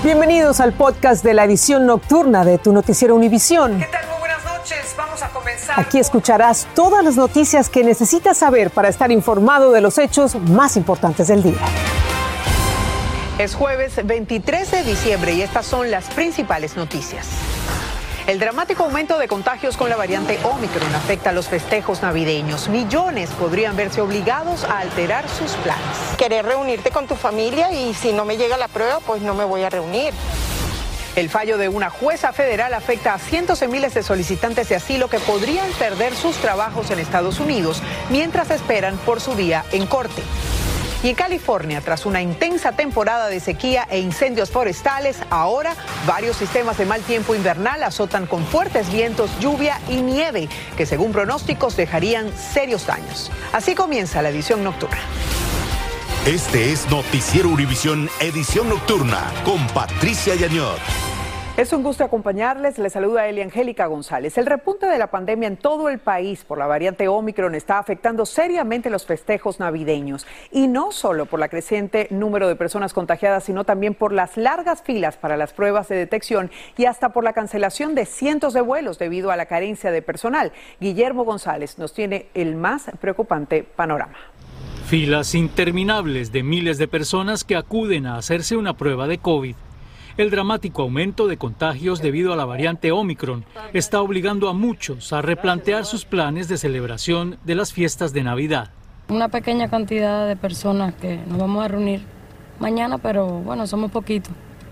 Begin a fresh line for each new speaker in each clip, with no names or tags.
Bienvenidos al podcast de la edición nocturna de tu noticiero Univisión.
¿Qué tal? Muy buenas noches. Vamos a comenzar.
Aquí escucharás todas las noticias que necesitas saber para estar informado de los hechos más importantes del día.
Es jueves 23 de diciembre y estas son las principales noticias. El dramático aumento de contagios con la variante Omicron afecta a los festejos navideños. Millones podrían verse obligados a alterar sus planes.
Querer reunirte con tu familia y si no me llega la prueba, pues no me voy a reunir.
El fallo de una jueza federal afecta a cientos de miles de solicitantes de asilo que podrían perder sus trabajos en Estados Unidos mientras esperan por su día en corte. Y en California, tras una intensa temporada de sequía e incendios forestales, ahora varios sistemas de mal tiempo invernal azotan con fuertes vientos, lluvia y nieve, que según pronósticos dejarían serios daños. Así comienza la edición nocturna.
Este es Noticiero Univisión, edición nocturna, con Patricia Yañot.
Es un gusto acompañarles. Les saluda Elia Angélica González. El repunte de la pandemia en todo el país por la variante Omicron está afectando seriamente los festejos navideños. Y no solo por la creciente número de personas contagiadas, sino también por las largas filas para las pruebas de detección y hasta por la cancelación de cientos de vuelos debido a la carencia de personal. Guillermo González nos tiene el más preocupante panorama.
Filas interminables de miles de personas que acuden a hacerse una prueba de COVID. El dramático aumento de contagios debido a la variante Omicron está obligando a muchos a replantear sus planes de celebración de las fiestas de Navidad.
Una pequeña cantidad de personas que nos vamos a reunir mañana, pero bueno, somos poquitos.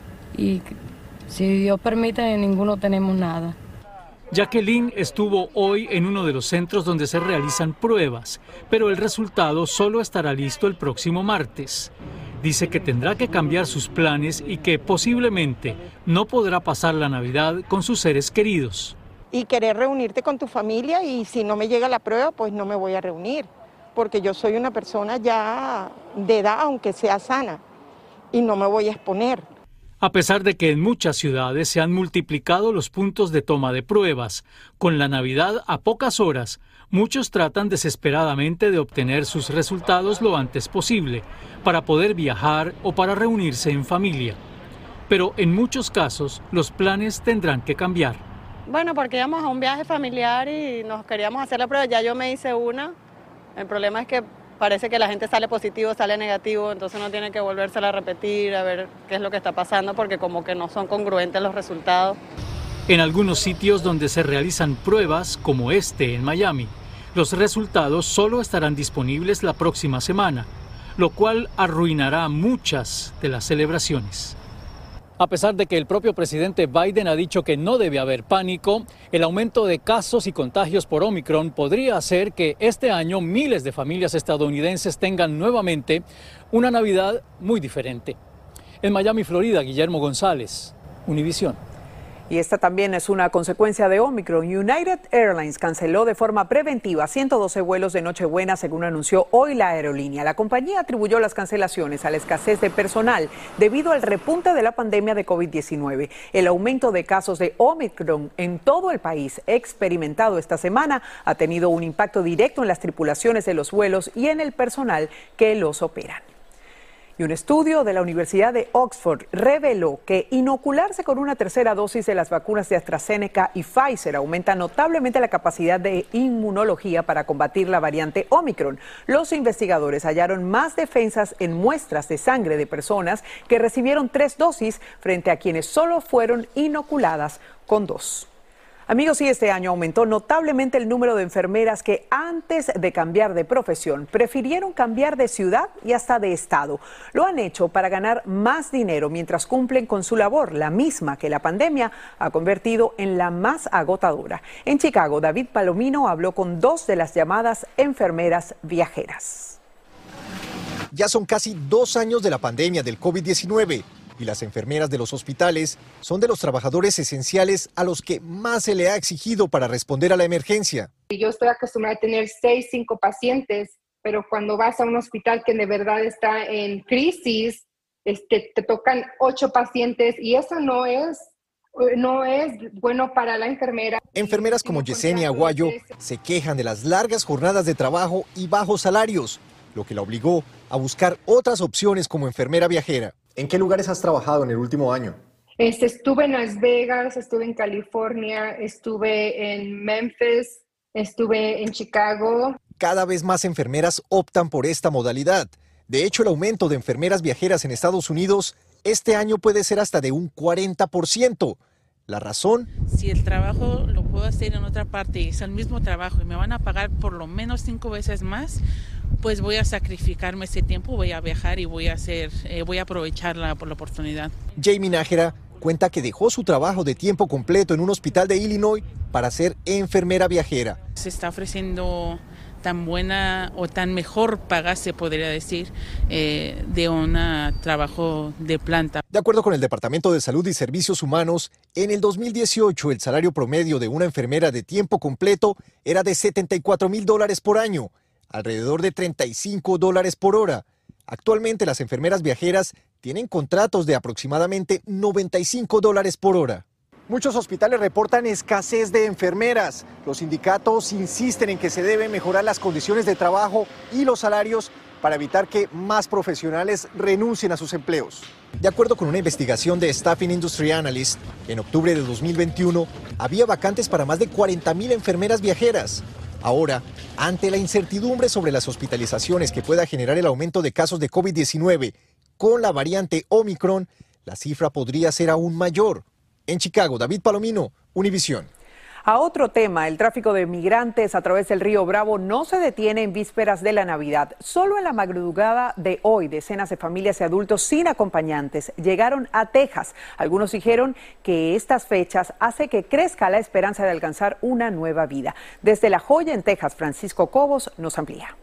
Y si Dios permite, ninguno tenemos nada.
Jacqueline estuvo hoy en uno de los centros donde se realizan pruebas, pero el resultado solo estará listo el próximo martes. Dice que tendrá que cambiar sus planes y que posiblemente no podrá pasar la Navidad con sus seres queridos.
Y querer reunirte con tu familia y si no me llega la prueba, pues no me voy a reunir. Porque yo soy una persona ya de edad, aunque sea sana, y no me voy a exponer.
A pesar de que en muchas ciudades se han multiplicado los puntos de toma de pruebas, con la Navidad a pocas horas, muchos tratan desesperadamente de obtener sus resultados lo antes posible, para poder viajar o para reunirse en familia. Pero en muchos casos, los planes tendrán que cambiar.
Bueno, porque íbamos a un viaje familiar y nos queríamos hacer la prueba. Ya yo me hice una. El problema es que parece que la gente sale positivo, sale negativo, entonces uno tiene que volvérsela a repetir, a ver qué es lo que está pasando, porque como que no son congruentes los resultados.
En algunos sitios donde se realizan pruebas, como este en Miami, los resultados solo estarán disponibles la próxima semana, lo cual arruinará muchas de las celebraciones. A pesar de que el propio presidente Biden ha dicho que no debe haber pánico, el aumento de casos y contagios por Omicron podría hacer que este año miles de familias estadounidenses tengan nuevamente una Navidad muy diferente. En Miami, Florida, Guillermo González, Univisión.
Y esta también es una consecuencia de Omicron. United Airlines canceló de forma preventiva 112 vuelos de Nochebuena, según anunció hoy la aerolínea. La compañía atribuyó las cancelaciones a la escasez de personal debido al repunte de la pandemia de COVID-19. El aumento de casos de Omicron en todo el país experimentado esta semana ha tenido un impacto directo en las tripulaciones de los vuelos y en el personal que los operan. Y un estudio de la Universidad de Oxford reveló que inocularse con una tercera dosis de las vacunas de AstraZeneca y Pfizer aumenta notablemente la capacidad de inmunología para combatir la variante Omicron. Los investigadores hallaron más defensas en muestras de sangre de personas que recibieron 3 dosis frente a quienes solo fueron inoculadas con 2. Amigos, y este año aumentó notablemente el número de enfermeras que antes de cambiar de profesión prefirieron cambiar de ciudad y hasta de estado. Lo han hecho para ganar más dinero mientras cumplen con su labor, la misma que la pandemia ha convertido en la más agotadora. En Chicago, David Palomino habló con 2 de las llamadas enfermeras viajeras.
Ya son casi 2 años de la pandemia del COVID-19. Y las enfermeras de los hospitales son de los trabajadores esenciales a los que más se le ha exigido para responder a la emergencia.
Yo estoy acostumbrada a tener 6, 5 pacientes, pero cuando vas a un hospital que de verdad está en crisis, te tocan 8 pacientes y eso no es bueno para la enfermera.
Enfermeras como Yesenia Aguayo se quejan de las largas jornadas de trabajo y bajos salarios, lo que la obligó a buscar otras opciones como enfermera viajera. ¿En qué lugares has trabajado en el último año?
Estuve en Las Vegas, estuve en California, estuve en Memphis, estuve en Chicago.
Cada vez más enfermeras optan por esta modalidad. De hecho, el aumento de enfermeras viajeras en Estados Unidos este año puede ser hasta de un 40%. ¿La razón?
Si el trabajo lo puedo hacer en otra parte y es el mismo trabajo y me van a pagar por lo menos 5 veces más, pues voy a sacrificarme ese tiempo, voy a viajar y voy a aprovechar la oportunidad.
Jamie Nájera cuenta que dejó su trabajo de tiempo completo en un hospital de Illinois para ser enfermera viajera.
Se está ofreciendo tan buena o tan mejor paga, se podría decir, de un trabajo de planta.
De acuerdo con el Departamento de Salud y Servicios Humanos, en el 2018 el salario promedio de una enfermera de tiempo completo era de $74,000 por año, alrededor de $35 por hora. Actualmente las enfermeras viajeras tienen contratos de aproximadamente $95 por hora. Muchos hospitales reportan escasez de enfermeras. Los sindicatos insisten en que se deben mejorar las condiciones de trabajo y los salarios para evitar que más profesionales renuncien a sus empleos. De acuerdo con una investigación de Staffing Industry Analyst, en octubre de 2021 había vacantes para más de 40,000 enfermeras viajeras. Ahora, ante la incertidumbre sobre las hospitalizaciones que pueda generar el aumento de casos de COVID-19 con la variante Omicron, la cifra podría ser aún mayor. En Chicago, David Palomino, Univisión.
A otro tema, el tráfico de migrantes a través del río Bravo no se detiene en vísperas de la Navidad. Solo en la madrugada de hoy, decenas de familias y adultos sin acompañantes llegaron a Texas. Algunos dijeron que estas fechas hace que crezca la esperanza de alcanzar una nueva vida. Desde La Joya, en Texas, Francisco Cobos nos amplía.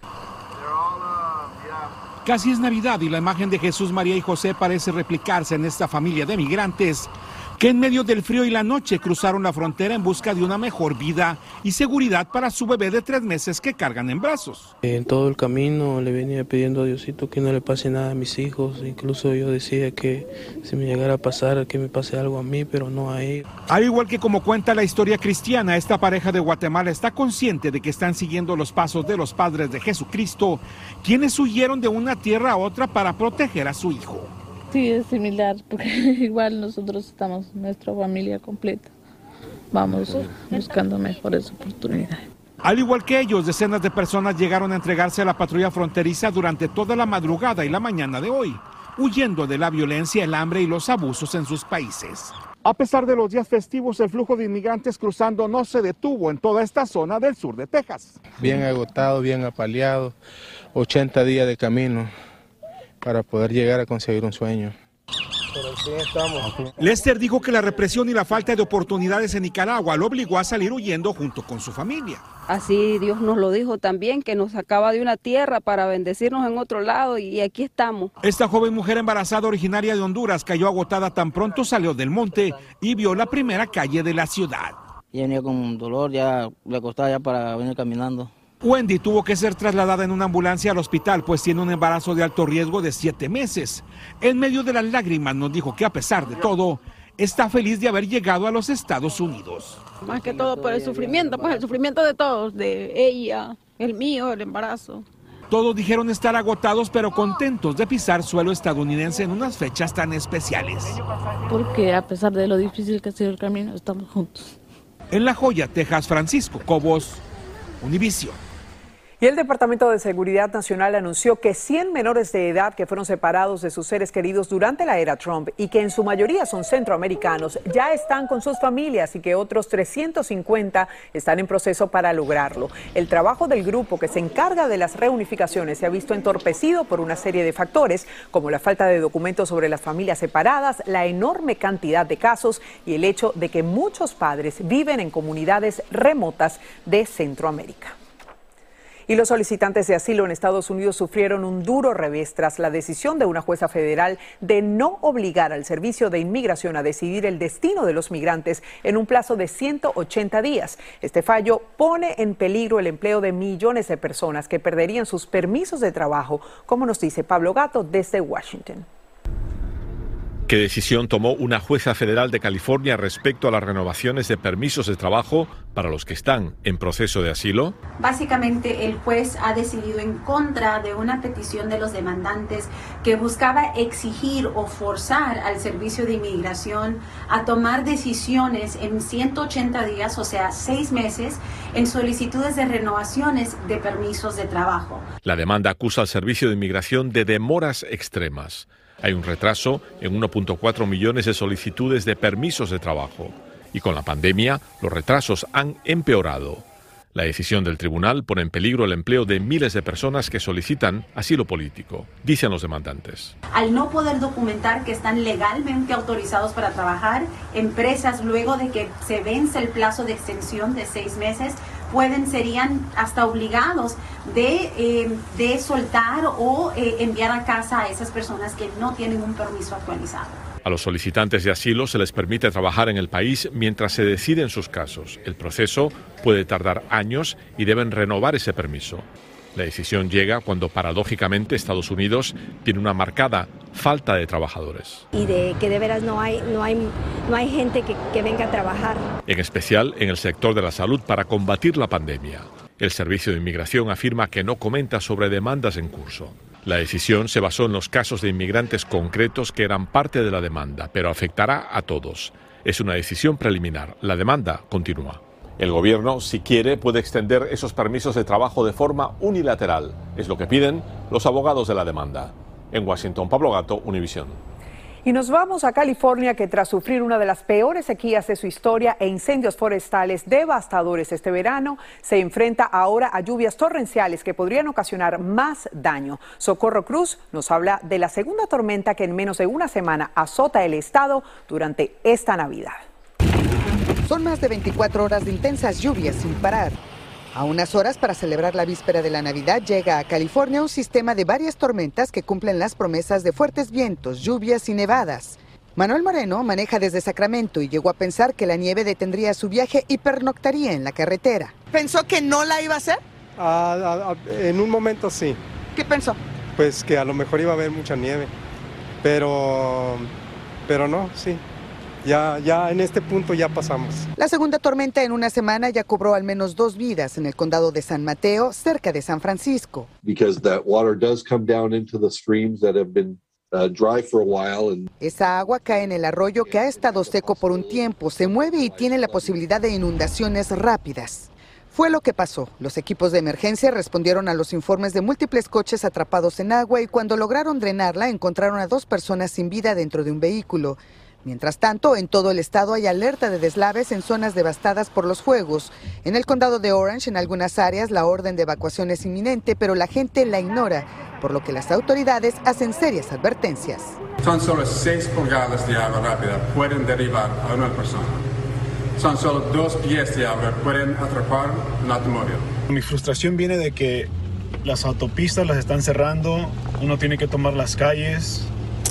Casi es Navidad y la imagen de Jesús, María y José parece replicarse en esta familia de migrantes que en medio del frío y la noche cruzaron la frontera en busca de una mejor vida y seguridad para su bebé de 3 meses que cargan en brazos.
En todo el camino le venía pidiendo a Diosito que no le pase nada a mis hijos, incluso yo decía que si me llegara a pasar, que me pase algo a mí, pero no a él.
Al igual que como cuenta la historia cristiana, esta pareja de Guatemala está consciente de que están siguiendo los pasos de los padres de Jesucristo, quienes huyeron de una tierra a otra para proteger a su hijo.
Sí, es similar, porque igual nosotros estamos, nuestra familia completa, vamos buscando mejores oportunidades.
Al igual que ellos, decenas de personas llegaron a entregarse a la patrulla fronteriza durante toda la madrugada y la mañana de hoy, huyendo de la violencia, el hambre y los abusos en sus países. A pesar de los días festivos, el flujo de inmigrantes cruzando no se detuvo en toda esta zona del sur de Texas.
Bien agotado, bien apaleado, 80 días de camino para poder llegar a conseguir un sueño.
Lester dijo que la represión y la falta de oportunidades en Nicaragua lo obligó a salir huyendo junto con su familia.
Así Dios nos lo dijo también, que nos sacaba de una tierra para bendecirnos en otro lado y aquí estamos.
Esta joven mujer embarazada originaria de Honduras cayó agotada tan pronto salió del monte y vio la primera calle de la ciudad.
Ya venía con dolor, ya le costaba ya para venir caminando.
Wendy tuvo que ser trasladada en una ambulancia al hospital, pues tiene un embarazo de alto riesgo de 7 meses. En medio de las lágrimas nos dijo que a pesar de todo, está feliz de haber llegado a los Estados Unidos.
Más que todo por el sufrimiento, pues el sufrimiento de todos, de ella, el mío, el embarazo.
Todos dijeron estar agotados, pero contentos de pisar suelo estadounidense en unas fechas tan especiales.
Porque a pesar de lo difícil que ha sido el camino, estamos juntos.
En La Joya, Texas, Francisco Cobos, Univisión.
Y el Departamento de Seguridad Nacional anunció que 100 menores de edad que fueron separados de sus seres queridos durante la era Trump y que en su mayoría son centroamericanos ya están con sus familias y que otros 350 están en proceso para lograrlo. El trabajo del grupo que se encarga de las reunificaciones se ha visto entorpecido por una serie de factores como la falta de documentos sobre las familias separadas, la enorme cantidad de casos y el hecho de que muchos padres viven en comunidades remotas de Centroamérica. Y los solicitantes de asilo en Estados Unidos sufrieron un duro revés tras la decisión de una jueza federal de no obligar al Servicio de Inmigración a decidir el destino de los migrantes en un plazo de 180 días. Este fallo pone en peligro el empleo de millones de personas que perderían sus permisos de trabajo, como nos dice Pablo Gato desde Washington.
¿Qué decisión tomó una jueza federal de California respecto a las renovaciones de permisos de trabajo para los que están en proceso de asilo?
Básicamente, el juez ha decidido en contra de una petición de los demandantes que buscaba exigir o forzar al Servicio de Inmigración a tomar decisiones en 180 días, o sea, 6 meses, en solicitudes de renovaciones de permisos de trabajo.
La demanda acusa al Servicio de Inmigración de demoras extremas. Hay un retraso en 1.4 millones de solicitudes de permisos de trabajo. Y con la pandemia, los retrasos han empeorado. La decisión del tribunal pone en peligro el empleo de miles de personas que solicitan asilo político, dicen los demandantes.
Al no poder documentar que están legalmente autorizados para trabajar, empresas, luego de que se vence el plazo de extensión de 6 meses, serían hasta obligados de soltar o enviar a casa a esas personas que no tienen un permiso actualizado.
A los solicitantes de asilo se les permite trabajar en el país mientras se deciden sus casos. El proceso puede tardar años y deben renovar ese permiso. La decisión llega cuando, paradójicamente, Estados Unidos tiene una marcada falta de trabajadores.
Y de que de veras no hay gente que venga a trabajar.
En especial en el sector de la salud para combatir la pandemia. El Servicio de Inmigración afirma que no comenta sobre demandas en curso. La decisión se basó en los casos de inmigrantes concretos que eran parte de la demanda, pero afectará a todos. Es una decisión preliminar. La demanda continúa. El gobierno, si quiere, puede extender esos permisos de trabajo de forma unilateral. Es lo que piden los abogados de la demanda. En Washington, Pablo Gato, Univisión.
Y nos vamos a California, que tras sufrir una de las peores sequías de su historia e incendios forestales devastadores este verano, se enfrenta ahora a lluvias torrenciales que podrían ocasionar más daño. Socorro Cruz nos habla de la segunda tormenta que en menos de una semana azota el estado durante esta Navidad.
Son más de 24 horas de intensas lluvias sin parar. A unas horas para celebrar la víspera de la Navidad llega a California un sistema de varias tormentas que cumplen las promesas de fuertes vientos, lluvias y nevadas. Manuel Moreno maneja desde Sacramento y llegó a pensar que la nieve detendría su viaje y pernoctaría en la carretera.
¿Pensó que no la iba a hacer?
En un momento sí.
¿Qué pensó?
Pues que a lo mejor iba a haber mucha nieve, pero no, sí. Ya en este punto ya pasamos.
La segunda tormenta en una semana ya cobró al menos 2 vidas en el condado de San Mateo, cerca de San Francisco. Esa agua cae en el arroyo que ha estado seco por un tiempo, se mueve y tiene la posibilidad de inundaciones rápidas. Fue lo que pasó. Los equipos de emergencia respondieron a los informes de múltiples coches atrapados en agua y cuando lograron drenarla encontraron a 2 personas sin vida dentro de un vehículo. Mientras tanto, en todo el estado hay alerta de deslaves en zonas devastadas por los fuegos. En el condado de Orange, en algunas áreas, la orden de evacuación es inminente, pero la gente la ignora, por lo que las autoridades hacen serias advertencias.
Son solo 6 pulgadas de agua rápida, pueden derribar a una persona. Son solo 2 pies de agua, pueden atrapar un automóvil.
Mi frustración viene de que las autopistas las están cerrando, uno tiene que tomar las calles.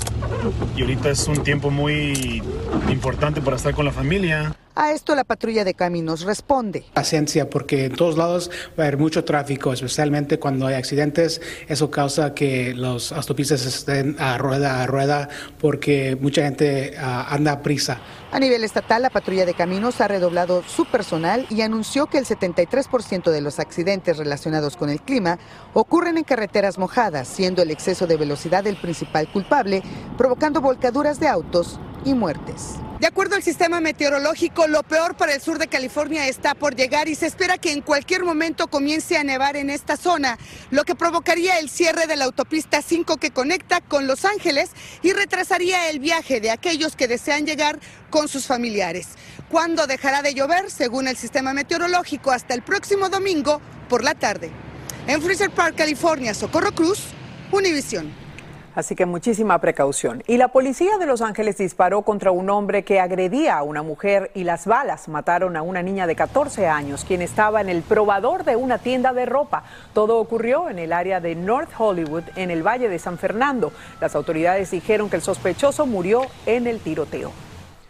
Y ahorita es un tiempo muy importante para estar con la familia.
A esto la patrulla de caminos responde.
Paciencia, porque en todos lados va a haber mucho tráfico, especialmente cuando hay accidentes. Eso causa que los autopistas estén a rueda, porque mucha gente anda a prisa.
A nivel estatal, la patrulla de caminos ha redoblado su personal y anunció que el 73% de los accidentes relacionados con el clima ocurren en carreteras mojadas, siendo el exceso de velocidad el principal culpable, provocando volcaduras de autos y muertes.
De acuerdo al sistema meteorológico, lo peor para el sur de California está por llegar y se espera que en cualquier momento comience a nevar en esta zona, lo que provocaría el cierre de la autopista 5 que conecta con Los Ángeles y retrasaría el viaje de aquellos que desean llegar con sus familiares. ¿Cuándo dejará de llover? Según el sistema meteorológico, hasta el próximo domingo por la tarde. En Freezer Park, California, Socorro Cruz, Univisión.
Así que muchísima precaución. Y la policía de Los Ángeles disparó contra un hombre que agredía a una mujer y las balas mataron a una niña de 14 años, quien estaba en el probador de una tienda de ropa. Todo ocurrió en el área de North Hollywood, en el Valle de San Fernando. Las autoridades dijeron que el sospechoso murió en el tiroteo.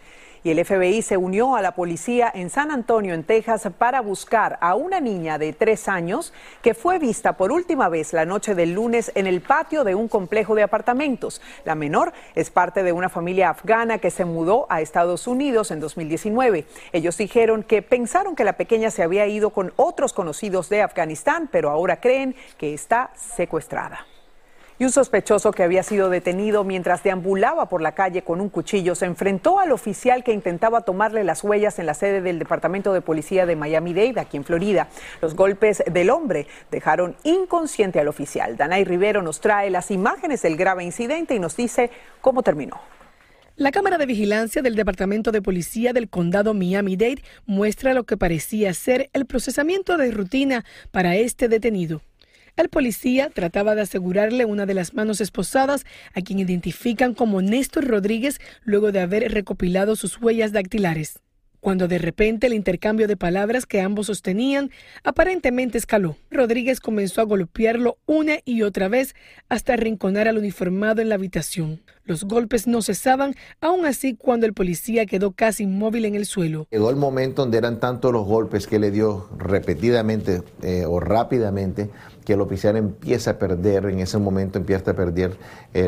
Y el FBI se unió a la policía en San Antonio, en Texas, para buscar a una niña de 3 años que fue vista por última vez la noche del lunes en el patio de un complejo de apartamentos. La menor es parte de una familia afgana que se mudó a Estados Unidos en 2019. Ellos dijeron que pensaron que la pequeña se había ido con otros conocidos de Afganistán, pero ahora creen que está secuestrada. Y un sospechoso que había sido detenido mientras deambulaba por la calle con un cuchillo se enfrentó al oficial que intentaba tomarle las huellas en la sede del Departamento de Policía de Miami-Dade, aquí en Florida. Los golpes del hombre dejaron inconsciente al oficial. Danay Rivero nos trae las imágenes del grave incidente y nos dice cómo terminó.
La cámara de vigilancia del Departamento de Policía del Condado Miami-Dade muestra lo que parecía ser el procesamiento de rutina para este detenido. El policía trataba de asegurarle una de las manos esposadas, a quien identifican como Néstor Rodríguez, luego de haber recopilado sus huellas dactilares. Cuando de repente el intercambio de palabras que ambos sostenían aparentemente escaló. Rodríguez comenzó a golpearlo una y otra vez hasta arrinconar al uniformado en la habitación. Los golpes no cesaban, aún así cuando el policía quedó casi inmóvil en el suelo.
Llegó el momento donde eran tantos los golpes que le dio repetidamente o rápidamente que el oficial empieza a perder, en ese momento empieza a perder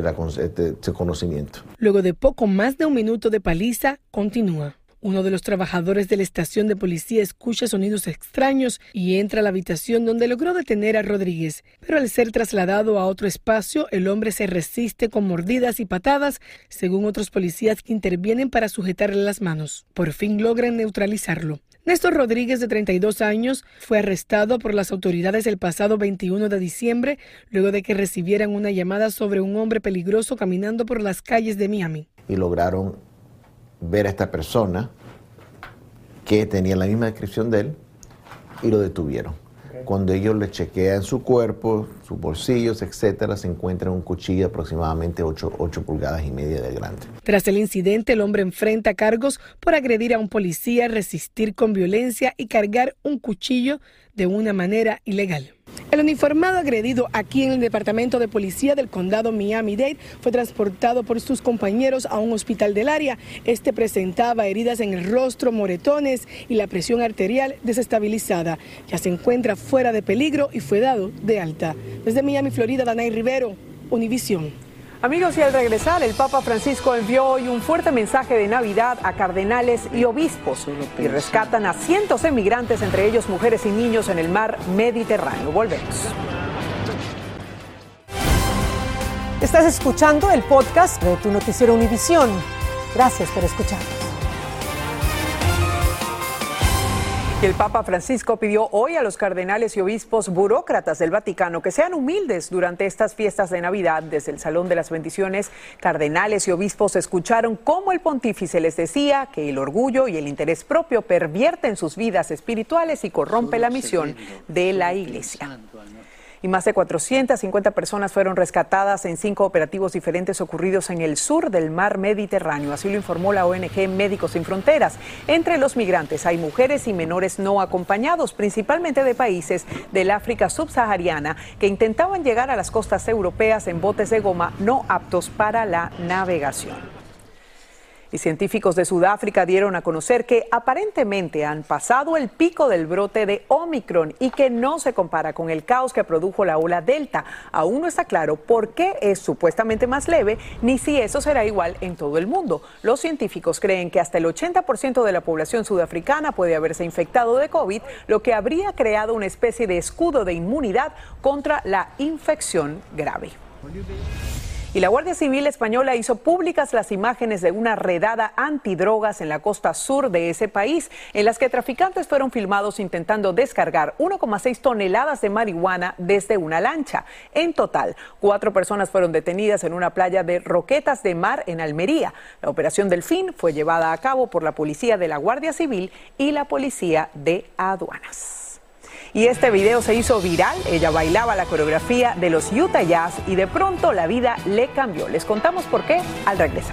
su conocimiento.
Luego de poco más de un minuto de paliza, continúa. Uno de los trabajadores de la estación de policía escucha sonidos extraños y entra a la habitación donde logró detener a Rodríguez. Pero al ser trasladado a otro espacio, el hombre se resiste con mordidas y patadas, según otros policías que intervienen para sujetarle las manos. Por fin logran neutralizarlo. Néstor Rodríguez, de 32 años, fue arrestado por las autoridades el pasado 21 de diciembre, luego de que recibieran una llamada sobre un hombre peligroso caminando por las calles de Miami.
Y lograron ver a esta persona que tenía la misma descripción de él y lo detuvieron. Cuando ellos le chequean su cuerpo, sus bolsillos, etcétera, se encuentran un cuchillo de aproximadamente 8 pulgadas y media de grande.
Tras el incidente, el hombre enfrenta cargos por agredir a un policía, resistir con violencia y cargar un cuchillo de una manera ilegal. El uniformado agredido aquí en el Departamento de Policía del Condado Miami-Dade fue transportado por sus compañeros a un hospital del área. Este presentaba heridas en el rostro, moretones y la presión arterial desestabilizada. Ya se encuentra fuera de peligro y fue dado de alta. Desde Miami, Florida, Danay Rivero, Univisión.
Amigos, y al regresar, el Papa Francisco envió hoy un fuerte mensaje de Navidad a cardenales y obispos y rescatan a cientos de migrantes, entre ellos mujeres y niños, en el mar Mediterráneo. Volvemos.
Estás escuchando el podcast de Tu Noticiero Univisión. Gracias por escucharnos.
Y el Papa Francisco pidió hoy a los cardenales y obispos burócratas del Vaticano que sean humildes durante estas fiestas de Navidad. Desde el Salón de las Bendiciones, cardenales y obispos escucharon cómo el pontífice les decía que el orgullo y el interés propio pervierten sus vidas espirituales y corrompe la misión de la Iglesia. Y más de 450 personas fueron rescatadas en 5 operativos diferentes ocurridos en el sur del mar Mediterráneo. Así lo informó la ONG Médicos Sin Fronteras. Entre los migrantes hay mujeres y menores no acompañados, principalmente de países del África subsahariana, que intentaban llegar a las costas europeas en botes de goma no aptos para la navegación. Y científicos de Sudáfrica dieron a conocer que aparentemente han pasado el pico del brote de Omicron y que no se compara con el caos que produjo la ola Delta. Aún no está claro por qué es supuestamente más leve ni si eso será igual en todo el mundo. Los científicos creen que hasta el 80% de la población sudafricana puede haberse infectado de COVID, lo que habría creado una especie de escudo de inmunidad contra la infección grave. Y la Guardia Civil española hizo públicas las imágenes de una redada antidrogas en la costa sur de ese país, en las que traficantes fueron filmados intentando descargar 1,6 toneladas de marihuana desde una lancha. En total, 4 personas fueron detenidas en una playa de Roquetas de Mar en Almería. La operación Delfín fue llevada a cabo por la policía de la Guardia Civil y la policía de aduanas. Y este video se hizo viral. Ella bailaba la coreografía de los Utah Jazz y de pronto la vida le cambió. Les contamos por qué al regresar.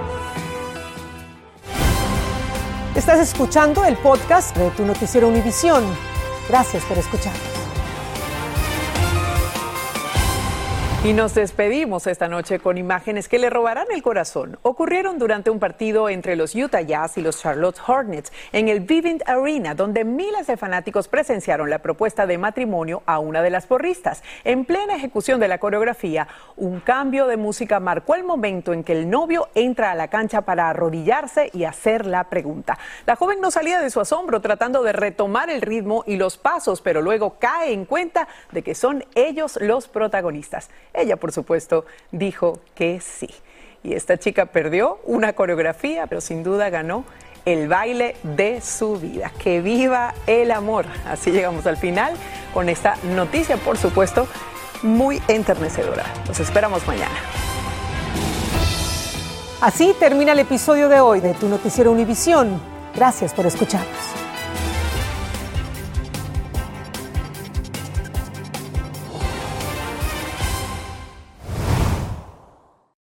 Estás escuchando el podcast de Tu Noticiero Univisión. Gracias por escucharnos.
Y nos despedimos esta noche con imágenes que le robarán el corazón. Ocurrieron durante un partido entre los Utah Jazz y los Charlotte Hornets en el Vivint Arena, donde miles de fanáticos presenciaron la propuesta de matrimonio a una de las porristas. En plena ejecución de la coreografía, un cambio de música marcó el momento en que el novio entra a la cancha para arrodillarse y hacer la pregunta. La joven no salía de su asombro tratando de retomar el ritmo y los pasos, pero luego cae en cuenta de que son ellos los protagonistas. Ella, por supuesto, dijo que sí. Y esta chica perdió una coreografía, pero sin duda ganó el baile de su vida. ¡Que viva el amor! Así llegamos al final con esta noticia, por supuesto, muy enternecedora. Los esperamos mañana.
Así termina el episodio de hoy de Tu Noticiero Univisión. Gracias por escucharnos.